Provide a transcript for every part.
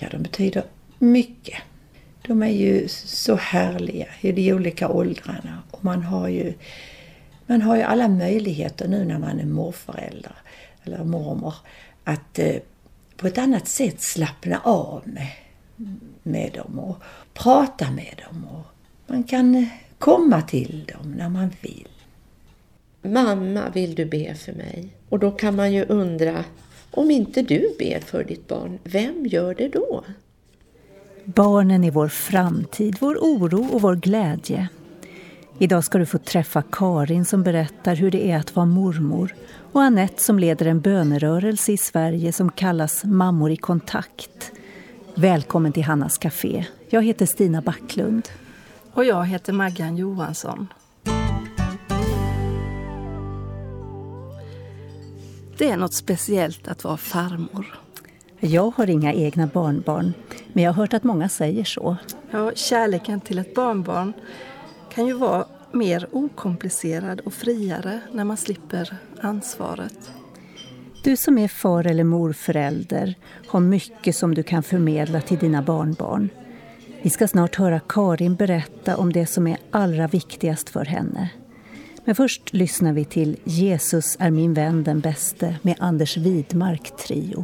de betyder mycket. De är ju så härliga i de olika åldrarna. Och man har ju alla möjligheter nu när man är morförälder eller mormor att på ett annat sätt slappna av med dem och prata med dem. Och man kan komma till dem när man vill. Mamma, vill du be för mig? Och då kan man ju undra, om inte du ber för ditt barn, vem gör det då? Barnen är vår framtid, vår oro och vår glädje. Idag ska du få träffa Karin som berättar hur det är att vara mormor och Annette som leder en bönerörelse i Sverige som kallas Mammor i kontakt. Välkommen till Hannas Café. Jag heter Stina Backlund. Och jag heter Maggan Johansson. Det är något speciellt att vara farmor. Jag har inga egna barnbarn, men jag har hört att många säger så. Ja, kärleken till ett barnbarn kan ju vara mer okomplicerad och friare när man slipper ansvaret. Du som är far- eller morförälder har mycket som du kan förmedla till dina barnbarn. Vi ska snart höra Karin berätta om det som är allra viktigast för henne. Men först lyssnar vi till Jesus är min vän den bäste med Anders Widmark trio.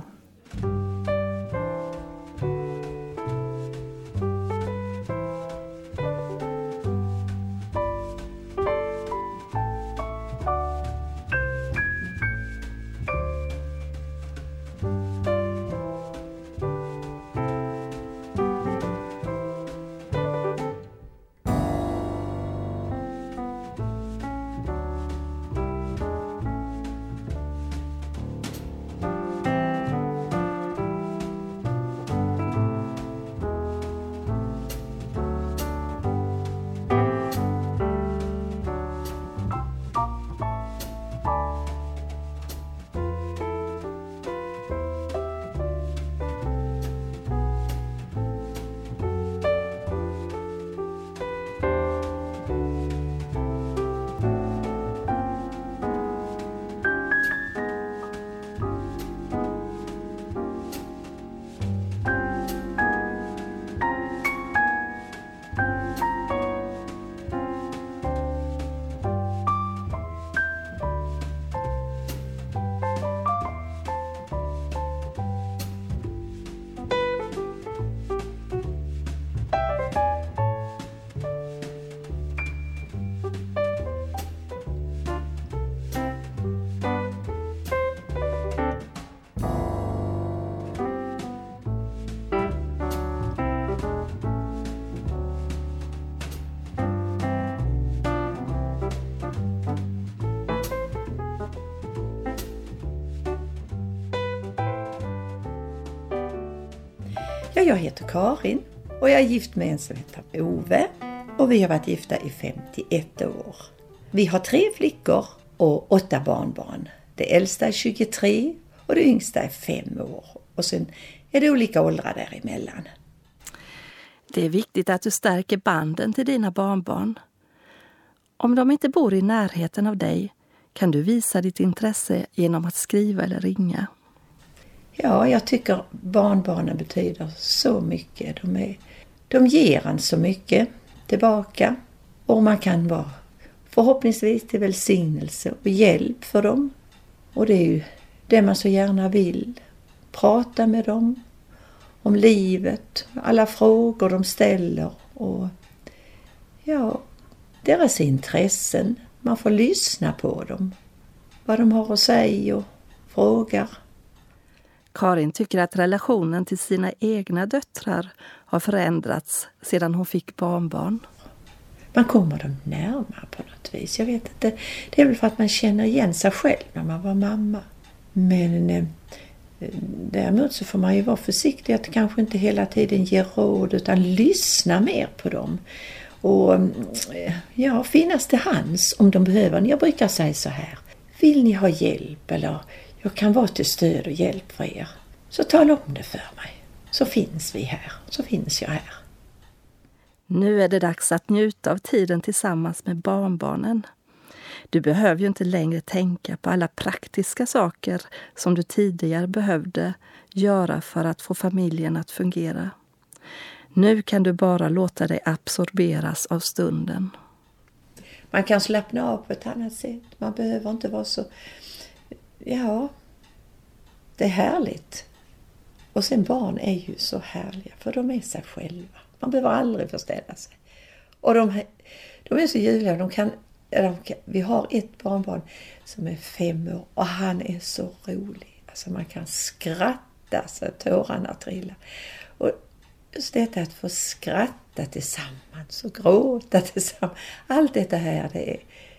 Ja, jag heter Karin och jag är gift med en som heter Ove och vi har varit gifta i 51 år. Vi har 3 flickor och 8 barnbarn. Det äldsta är 23 och det yngsta är 5 år. Och sen är det olika åldrar däremellan. Det är viktigt att du stärker banden till dina barnbarn. Om de inte bor i närheten av dig kan du visa ditt intresse genom att skriva eller ringa. Ja, jag tycker barnbarnen betyder så mycket. De ger en så mycket tillbaka. Och man kan vara förhoppningsvis till välsignelse och hjälp för dem. Och det är ju det man så gärna vill. Prata med dem om livet, alla frågor de ställer och ja, deras intressen. Man får lyssna på dem, vad de har att säga och frågar. Karin tycker att relationen till sina egna döttrar har förändrats sedan hon fick barnbarn. Man kommer dem närmare på något vis. Jag vet inte, det är väl för att man känner igen sig själv när man var mamma. Men däremot så får man ju vara försiktig att kanske inte hela tiden ge råd utan lyssna mer på dem. Och ja, finnas till hands om de behöver. Jag brukar säga så här: vill ni ha hjälp eller jag kan vara till stöd och hjälp för er, så tala om det för mig. Så finns vi här, så finns jag här. Nu är det dags att njuta av tiden tillsammans med barnbarnen. Du behöver ju inte längre tänka på alla praktiska saker som du tidigare behövde göra för att få familjen att fungera. Nu kan du bara låta dig absorberas av stunden. Man kan slappna av på ett annat sätt. Man behöver inte vara så... Ja, det är härligt. Och sen barn är ju så härliga för de är sig själva. Man behöver aldrig förställa sig. Och de är så ljuvliga. Vi har ett barnbarn som är 5 år och han är så rolig. Alltså man kan skratta så tårarna trillar. Och just detta att få skratta tillsammans och gråta tillsammans. Allt detta här, det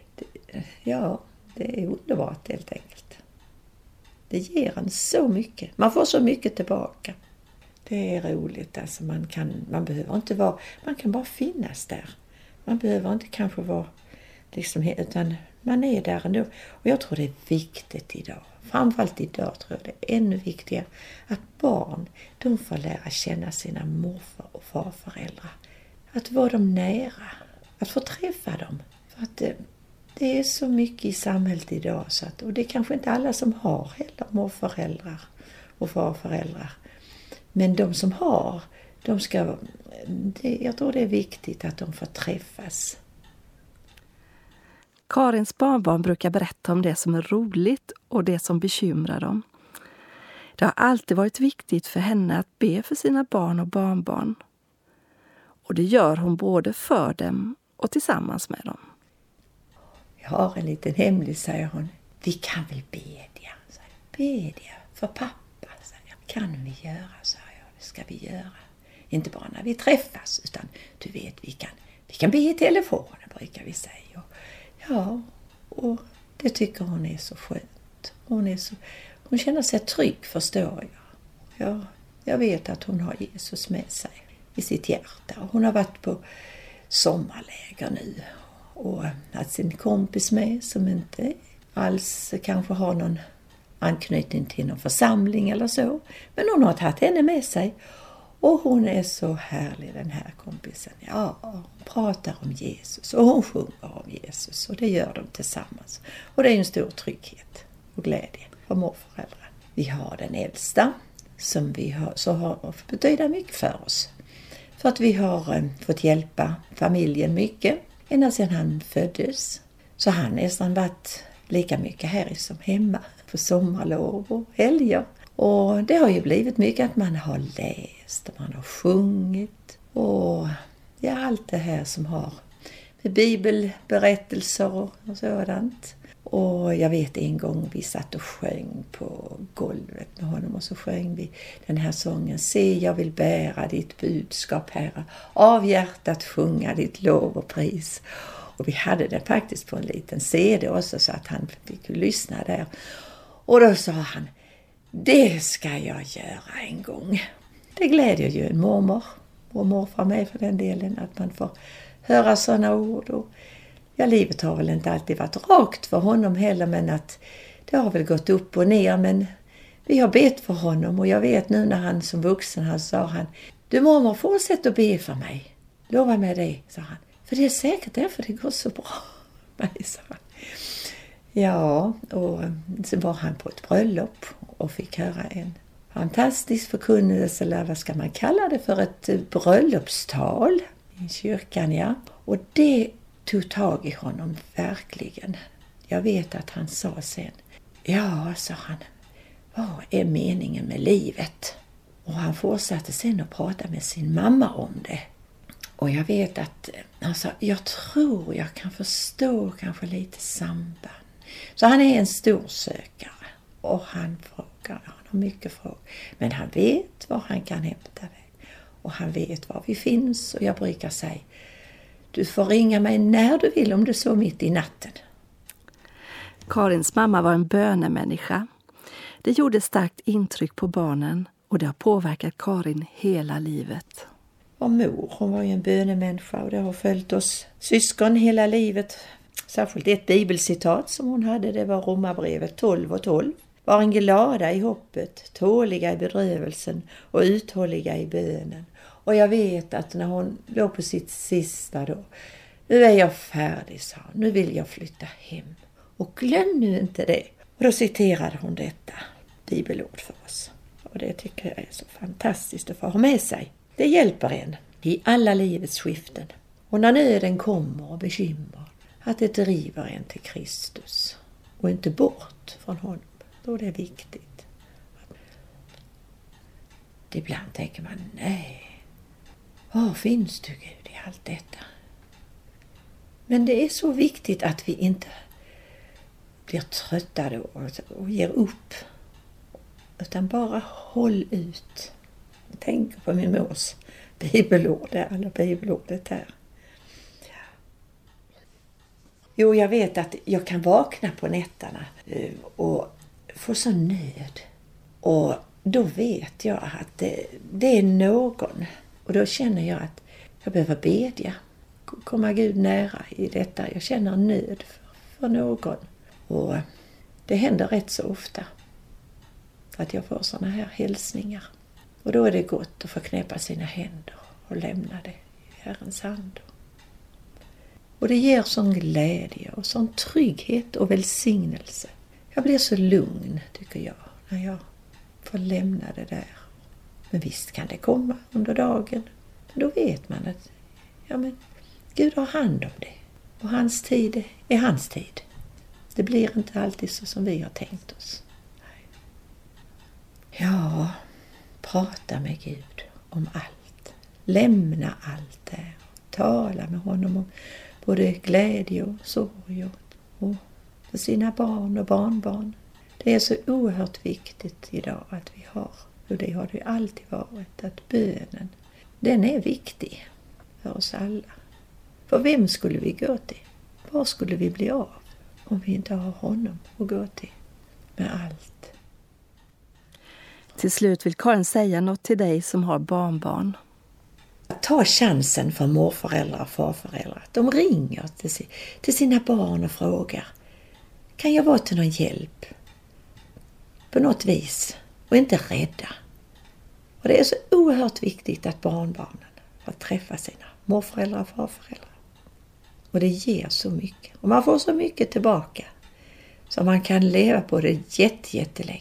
är underbart helt enkelt. Det ger en så mycket. Man får så mycket tillbaka. Det är roligt. Alltså man behöver inte vara... Man kan bara finnas där. Man behöver inte kanske vara... utan man är där ändå. Och jag tror det är viktigt idag. Framförallt idag tror jag det är ännu viktigare. Att barn, de får lära känna sina morfar och farföräldrar. Att vara dem nära. Att få träffa dem. För att det är så mycket i samhället idag. Och det är kanske inte alla som har heller morföräldrar och farföräldrar. Men de som har, jag tror det är viktigt att de får träffas. Karins barnbarn brukar berätta om det som är roligt och det som bekymrar dem. Det har alltid varit viktigt för henne att be för sina barn och barnbarn. Och det gör hon både för dem och tillsammans med dem. Jag har en liten hemlig, säger hon. Vi kan väl bedja? Bedja för pappa, säger jag. Kan vi göra, säger jag. Det ska vi göra. Inte bara när vi träffas, utan du vet, vi kan be i telefonen, brukar vi säga. Och det tycker hon är så skönt. Hon känner sig trygg, förstår jag. Jag vet att hon har Jesus med sig i sitt hjärta. Hon har varit på sommarläger nu och haft sin kompis med som inte alls kanske har någon anknytning till någon församling eller så. Men hon har tagit henne med sig. Och hon är så härlig, den här kompisen. Ja, hon pratar om Jesus och hon sjunger om Jesus. Och det gör de tillsammans. Och det är en stor trygghet och glädje för morföräldrar. Vi har den äldsta som har betyder mycket för oss. För att vi har fått hjälpa familjen mycket ända sedan han föddes. Så han nästan varit lika mycket här som hemma på sommarlov och helger. Och det har ju blivit mycket att man har läst och man har sjungit och allt det här som har med bibelberättelser och sådant. Och jag vet en gång vi satt och sjöng på golvet med honom och så sjöng vi den här sången. Se, jag vill bära ditt budskap, Herre, av hjärtat sjunga ditt lov och pris. Och vi hade den faktiskt på en liten CD också så att han fick lyssna där. Och då sa han, det ska jag göra en gång. Det glädjer ju en mormor och morfar med för den delen att man får höra sådana ord. Och livet har väl inte alltid varit rakt för honom heller, men att det har väl gått upp och ner. Men vi har bett för honom och jag vet nu när han som vuxen sa han, du mormor, fortsätt att be för mig. Lova mig det, sa han. För det är säkert därför det går så bra. Nej, sa han. Ja, och så var han på ett bröllop och fick höra en fantastisk förkunnelse, eller vad ska man kalla det för, ett bröllopstal i kyrkan, ja. Och det tog tag i honom verkligen. Jag vet att han sa sen, ja, sa han, vad är meningen med livet? Och han fortsatte sen att prata med sin mamma om det. Och jag vet att han sa, jag tror jag kan förstå kanske lite samband. Så han är en stor sökare och han frågar, han har mycket frågor. Men han vet var han kan hämta det. Och han vet var vi finns och jag brukar säga, du får ringa mig när du vill om det så mitt i natten. Karins mamma var en bönemänniska. Det gjorde starkt intryck på barnen och det har påverkat Karin hela livet. Och mor, hon var ju en bönemänniska och det har följt oss syskon hela livet. Särskilt ett bibelcitat som hon hade, det var Romarbrevet 12:12. Var en glada i hoppet, tåliga i bedrövelsen och uthålliga i bönen. Och jag vet att när hon låg på sitt sista Nu är jag färdig, sa hon. Nu vill jag flytta hem. Och glöm nu inte det. Och då citerade hon detta bibelord för oss. Och det tycker jag är så fantastiskt att få ha med sig. Det hjälper en i alla livets skiften. Och när nöden kommer och bekymmer, att det driver en till Kristus och inte bort från honom. Då är det viktigt. Ibland tänker man, nej, var finns du Gud i allt detta? Men det är så viktigt att vi inte blir trötta då och ger upp. Utan bara håll ut. Jag tänker på min mors bibelord, eller bibelordet här. Jo, jag vet att jag kan vakna på nätterna och få så nöd. Och då vet jag att det är någon. Och då känner jag att jag behöver bedja. Komma Gud nära i detta. Jag känner nöd för någon. Och det händer rätt så ofta att jag får såna här hälsningar. Och då är det gott att få knäppa sina händer och lämna det i Herrens hand. Och det ger sån glädje och sån trygghet och välsignelse. Jag blir så lugn, tycker jag, när jag får lämna det där. Men visst kan det komma under dagen. Men då vet man att Gud har hand om det. Och hans tid är hans tid. Det blir inte alltid så som vi har tänkt oss. Ja, prata med Gud om allt. Lämna allt där. Tala med honom om både glädje och sorg och för sina barn och barnbarn. Det är så oerhört viktigt idag att vi har, och det har det alltid varit, att bönen, den är viktig för oss alla. För vem skulle vi gå till? Var skulle vi bli av om vi inte har honom att gå till med allt? Till slut vill Karin säga något till dig som har barnbarn. Ta chansen för morföräldrar och farföräldrar. De ringer till sina barn och frågar: kan jag vara till någon hjälp? På något vis. Och inte rädda. Och det är så oerhört viktigt att barnbarnen får träffa sina morföräldrar och farföräldrar. Och det ger så mycket. Och man får så mycket tillbaka. Så man kan leva på det jättelänge.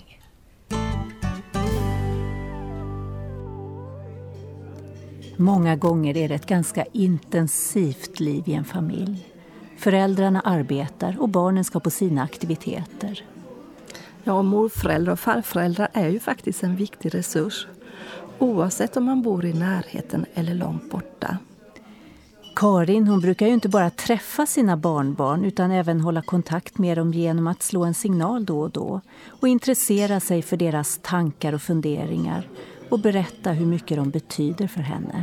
Många gånger är det ett ganska intensivt liv i en familj. Föräldrarna arbetar och barnen ska på sina aktiviteter. Ja, morföräldrar och farföräldrar är ju faktiskt en viktig resurs. Oavsett om man bor i närheten eller långt borta. Karin, hon brukar ju inte bara träffa sina barnbarn utan även hålla kontakt med dem genom att slå en signal då och då. Och intressera sig för deras tankar och funderingar. Och berätta hur mycket de betyder för henne.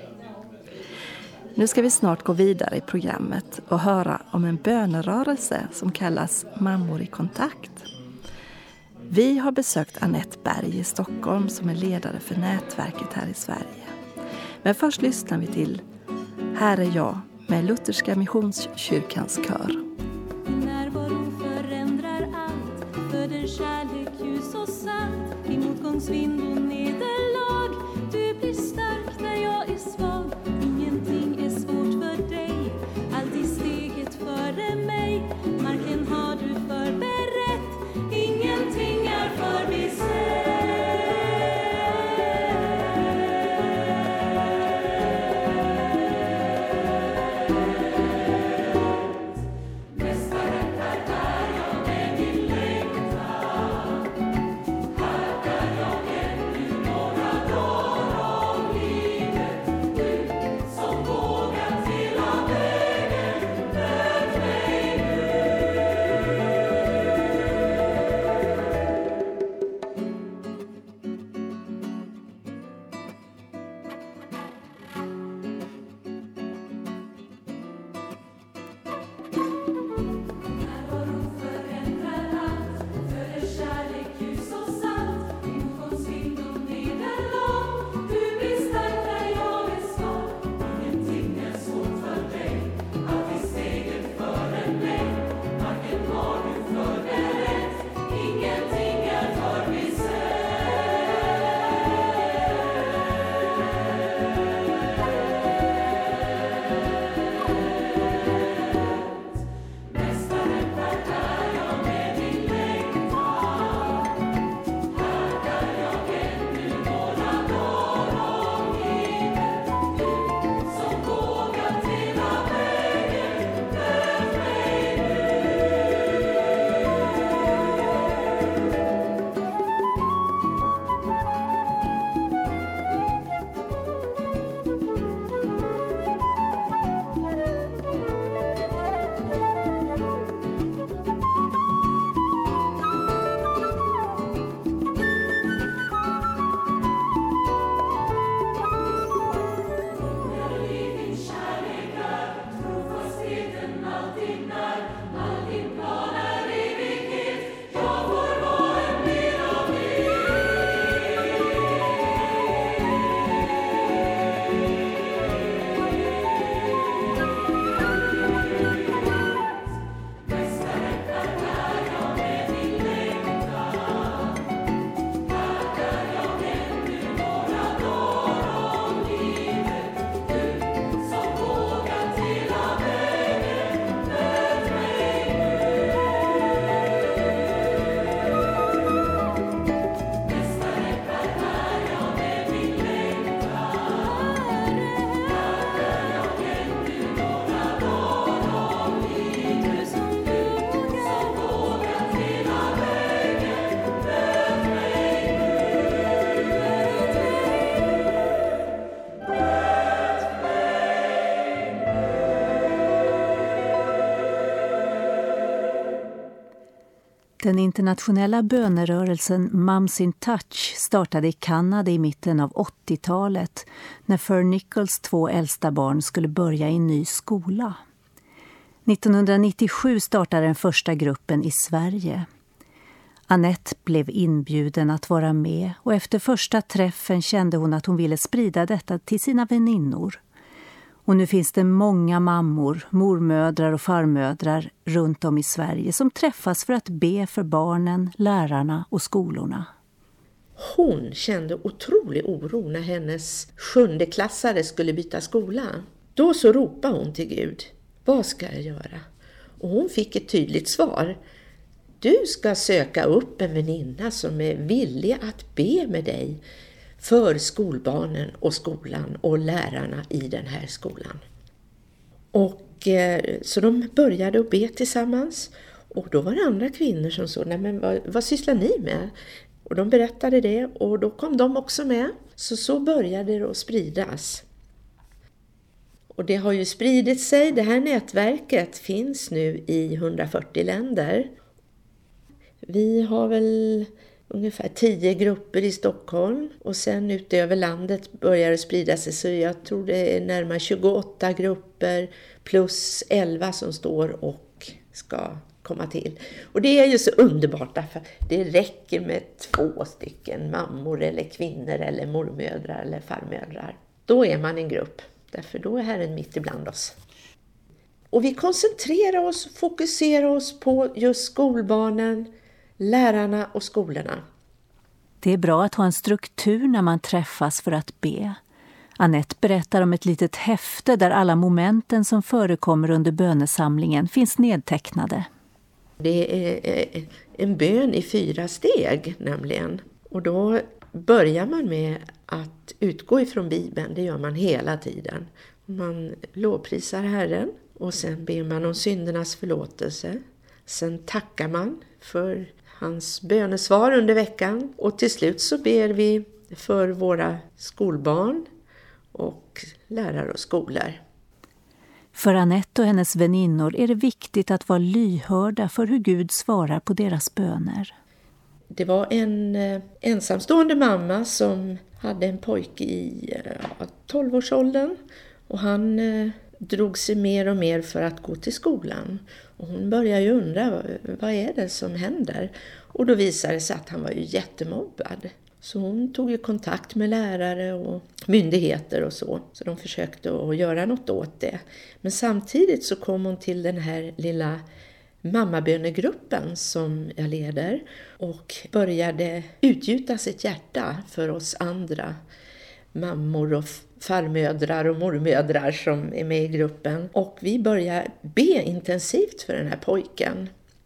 Nu ska vi snart gå vidare i programmet och höra om en bönerörelse som kallas Mammor i kontakt. Vi har besökt Annette Berg i Stockholm som är ledare för nätverket här i Sverige. Men först lyssnar vi till Här är jag med Lutherska Missionskyrkans kör. Närvaro förändrar allt, för den kärlek ljus och sant, i motgångsvind och nederlag. Du blir stark när jag är svag, ingenting är svårt för dig, alltid steget före mig, marken har du förberett, ingenting är förbisett. Den internationella bönerörelsen Mums in Touch startade i Kanada i mitten av 80-talet när Fern Nichols 2 äldsta barn skulle börja i en ny skola. 1997 startade den första gruppen i Sverige. Annette blev inbjuden att vara med och efter första träffen kände hon att hon ville sprida detta till sina väninnor. Och nu finns det många mammor, mormödrar och farmödrar runt om i Sverige som träffas för att be för barnen, lärarna och skolorna. Hon kände otrolig oro när hennes 7:e-klassare skulle byta skola. Då så ropade hon till Gud: vad ska jag göra? Och hon fick ett tydligt svar. Du ska söka upp en väninna som är villig att be med dig för skolbarnen och skolan och lärarna i den här skolan. Och så de började att be tillsammans. Och då var det andra kvinnor som sa: nej men vad sysslar ni med? Och de berättade det och då kom de också med. Så började det att spridas. Och det har ju spridit sig. Det här nätverket finns nu i 140 länder. Vi har väl ungefär 10 grupper i Stockholm och sen utöver landet börjar det sprida sig, så jag tror det är närmare 28 grupper plus 11 som står och ska komma till. Och det är ju så underbart därför det räcker med 2 stycken mammor eller kvinnor eller mormödrar eller farmödrar. Då är man en grupp, därför då är Herren mitt ibland oss. Och vi koncentrerar oss, fokuserar oss på just skolbarnen, lärarna och skolorna. Det är bra att ha en struktur när man träffas för att be. Annette berättar om ett litet häfte där alla momenten som förekommer under bönesamlingen finns nedtecknade. Det är en bön i 4 steg nämligen. Och då börjar man med att utgå ifrån Bibeln, det gör man hela tiden. Man lovprisar Herren och sen ber man om syndernas förlåtelse. Sen tackar man för hans bönesvar under veckan och till slut så ber vi för våra skolbarn och lärare och skolor. För Annette och hennes väninnor är det viktigt att vara lyhörda för hur Gud svarar på deras böner. Det var en ensamstående mamma som hade en pojke i 12-årsåldern och han drog sig mer och mer för att gå till skolan. Och hon började ju undra, vad är det som händer? Och då visade det sig att han var ju jättemobbad. Så hon tog ju kontakt med lärare och myndigheter och så. Så de försökte att göra något åt det. Men samtidigt så kom hon till den här lilla mammabönegruppen som jag leder. Och började utgjuta sitt hjärta för oss andra mammor och farmödrar och mormödrar som är med i gruppen. Och vi börjar be intensivt för den här pojken.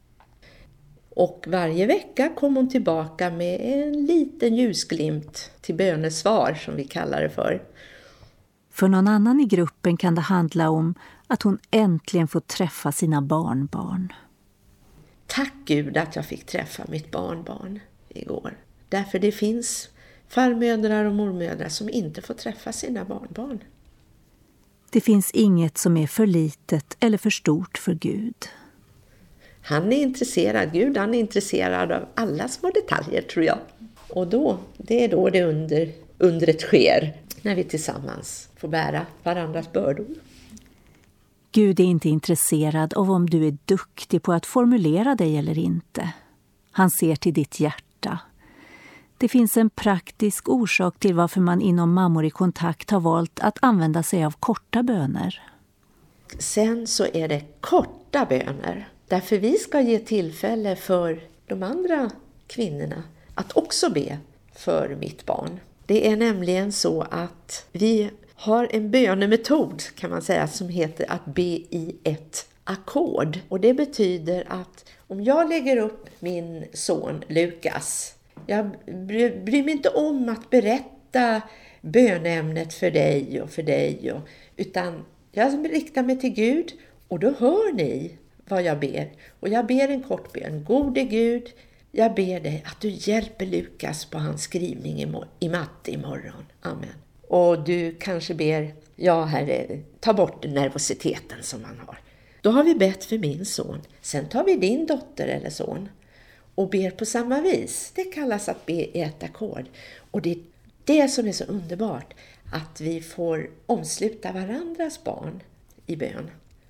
Och varje vecka kom hon tillbaka med en liten ljusglimt till bönesvar som vi kallar det för. För någon annan i gruppen kan det handla om att hon äntligen får träffa sina barnbarn. Tack Gud att jag fick träffa mitt barnbarn igår. Därför det finns farmödrar och mormödrar som inte får träffa sina barnbarn. Det finns inget som är för litet eller för stort för Gud. Han är intresserad, Gud han är intresserad av alla små detaljer tror jag. Och det är då det undret sker när vi tillsammans får bära varandras bördor. Gud är inte intresserad av om du är duktig på att formulera dig eller inte. Han ser till ditt hjärta. Det finns en praktisk orsak till varför man inom Mammor i kontakt har valt att använda sig av korta böner. Sen så är det korta böner. Därför vi ska ge tillfälle för de andra kvinnorna att också be för mitt barn. Det är nämligen så att vi har en bönemetod kan man säga som heter att be i ett ackord. Och det betyder att om jag lägger upp min son Lukas, jag bryr mig inte om att berätta bönämnet för dig utan jag riktar mig till Gud och då hör ni vad jag ber. Och jag ber en kort bön. Gode Gud, jag ber dig att du hjälper Lukas på hans skrivning i matte imorgon. Amen. Och du kanske ber, ja Herre, ta bort nervositeten som han har. Då har vi bett för min son. Sen tar vi din dotter eller son. och ber på samma vis. Det kallas att be i ett ackord. Och det är det som är så underbart, att vi får omsluta varandras barn i bön.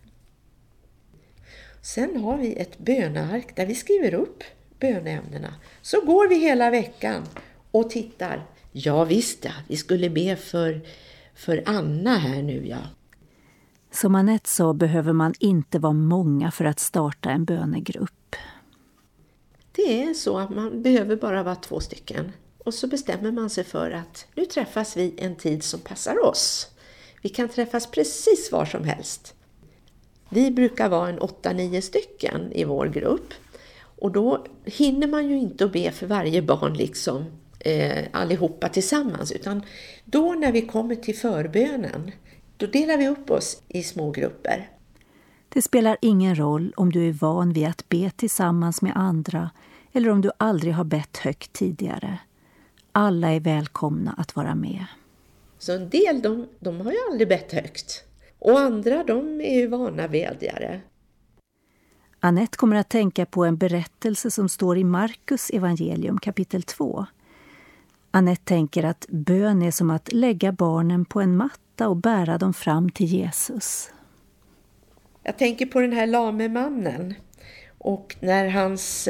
Sen har vi ett böneark där vi skriver upp bönämnena. Så går vi hela veckan och tittar. Ja visst, vi skulle be för Anna här nu, ja. Som Anette sa behöver man inte vara många för att starta en bönegrupp. Det är så att man behöver bara vara 2 stycken. Och så bestämmer man sig för att nu träffas vi en tid som passar oss. Vi kan träffas precis var som helst. Vi brukar vara en 8-9 stycken i vår grupp. Och då hinner man ju inte att be för varje barn liksom allihopa tillsammans. Utan då när vi kommer till förbönen, då delar vi upp oss i små grupper. Det spelar ingen roll om du är van vid att be tillsammans med andra eller om du aldrig har bett högt tidigare. Alla är välkomna att vara med. Så en del de har ju aldrig bett högt. Och andra de är ju vana bedjare. Anette kommer att tänka på en berättelse som står i Markus evangelium kapitel 2. Anette tänker att bön är som att lägga barnen på en matta och bära dem fram till Jesus. Jag tänker på den här lame mannen. Och när hans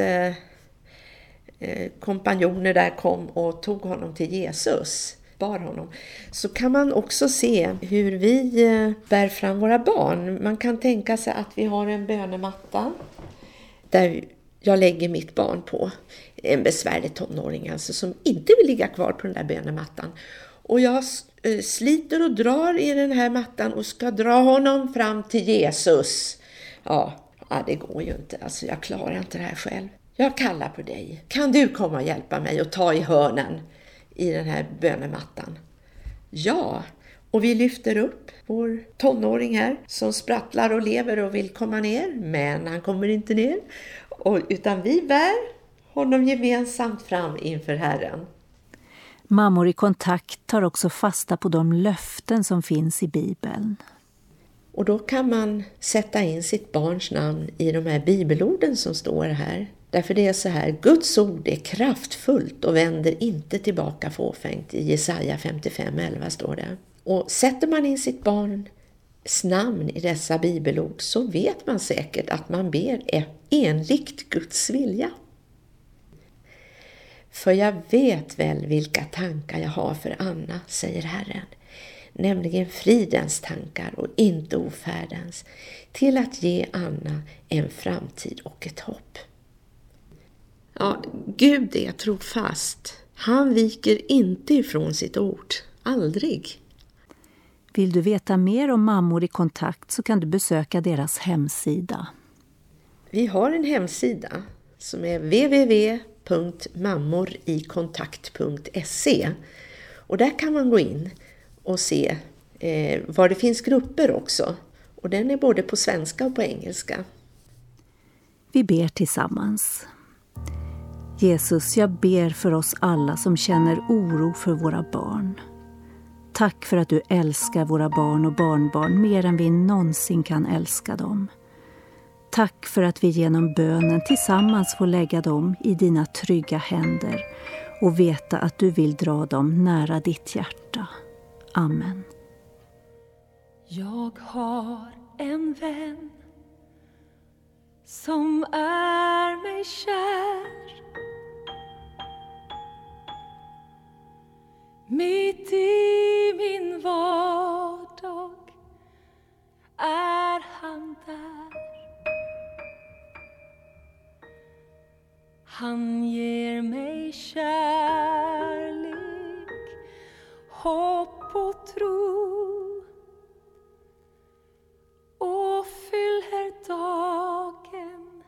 kompanjoner där kom och tog honom till Jesus, bar honom, så kan man också se hur vi bär fram våra barn. Man kan tänka sig att vi har en bönematta där jag lägger mitt barn på, en besvärlig tonåring alltså, som inte vill ligga kvar på den där bönemattan. Och jag sliter och drar i den här mattan och ska dra honom fram till Jesus. Ja, det går ju inte. Alltså jag klarar inte det här själv. Jag kallar på dig. Kan du komma och hjälpa mig och ta i hörnen i den här bönemattan? Ja, och vi lyfter upp vår tonåring här som sprattlar och lever och vill komma ner. Men han kommer inte ner. Utan vi bär honom gemensamt fram inför Herren. Mammor i kontakt tar också fasta på de löften som finns i Bibeln. Och då kan man sätta in sitt barns namn i de här bibelorden som står här. Därför det är så här: Guds ord är kraftfullt och vänder inte tillbaka fåfängt. I Jesaja 55:11 står det. Och sätter man in sitt barns namn i dessa bibelord så vet man säkert att man ber enligt Guds vilja. För jag vet väl vilka tankar jag har för Anna, säger Herren. Nämligen fridens tankar och inte ofärdens, till att ge Anna en framtid och ett hopp. Ja, Gud är trofast. Han viker inte ifrån sitt ord. Aldrig. Vill du veta mer om mammor i kontakt så kan du besöka deras hemsida. Vi har en hemsida som är www.mammorikontakt.se. Och där kan man gå in och se var det finns grupper också. Och den är både på svenska och på engelska. Vi ber tillsammans. Jesus, jag ber för oss alla som känner oro för våra barn. Tack för att du älskar våra barn och barnbarn mer än vi någonsin kan älska dem. Tack för att vi genom bönen tillsammans får lägga dem i dina trygga händer och veta att du vill dra dem nära ditt hjärta. Amen. Jag har en vän som är mig kär. Mitt i min vardag är han där. Han ger mig kärlek, hopp och tro och fyller dagen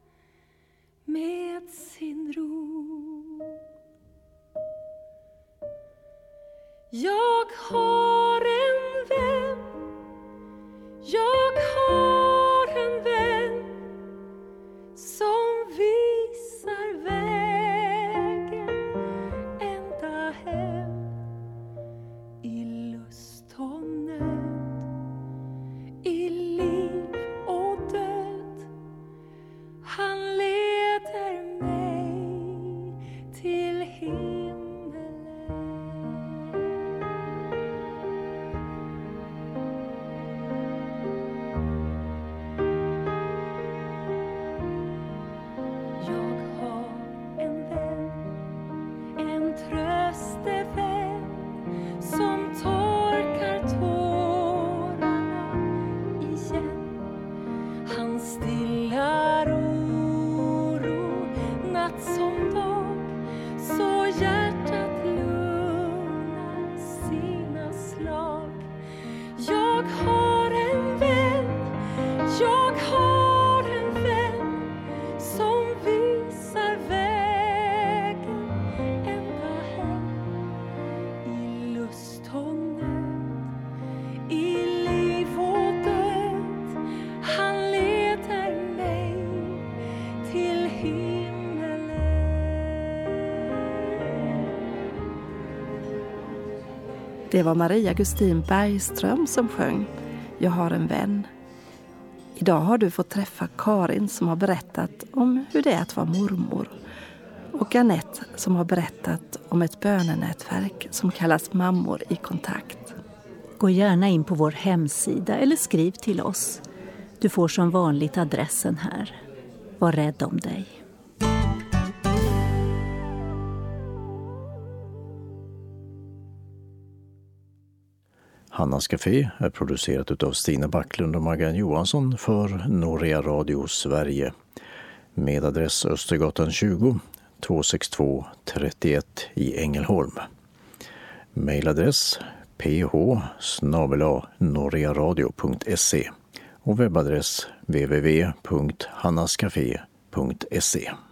med sin ro. Jag har en vän, jag har en vän som visar vägen ända hem Det var Maria Gustin Bergström som sjöng Jag har en vän. Idag har du fått träffa Karin som har berättat om hur det är att vara mormor. Och Anette som har berättat om ett bönenätverk som kallas Mammor i kontakt. Gå gärna in på vår hemsida eller skriv till oss. Du får som vanligt adressen här. Var rädd om dig. Hannas Café är producerat av Stina Backlund och Maggan Johansson för Norea Radio Sverige. Med adress Östergatan 20 262 31 i Ängelholm. Mailadress ph@norearadio.se och webbadress www.hannascafé.se.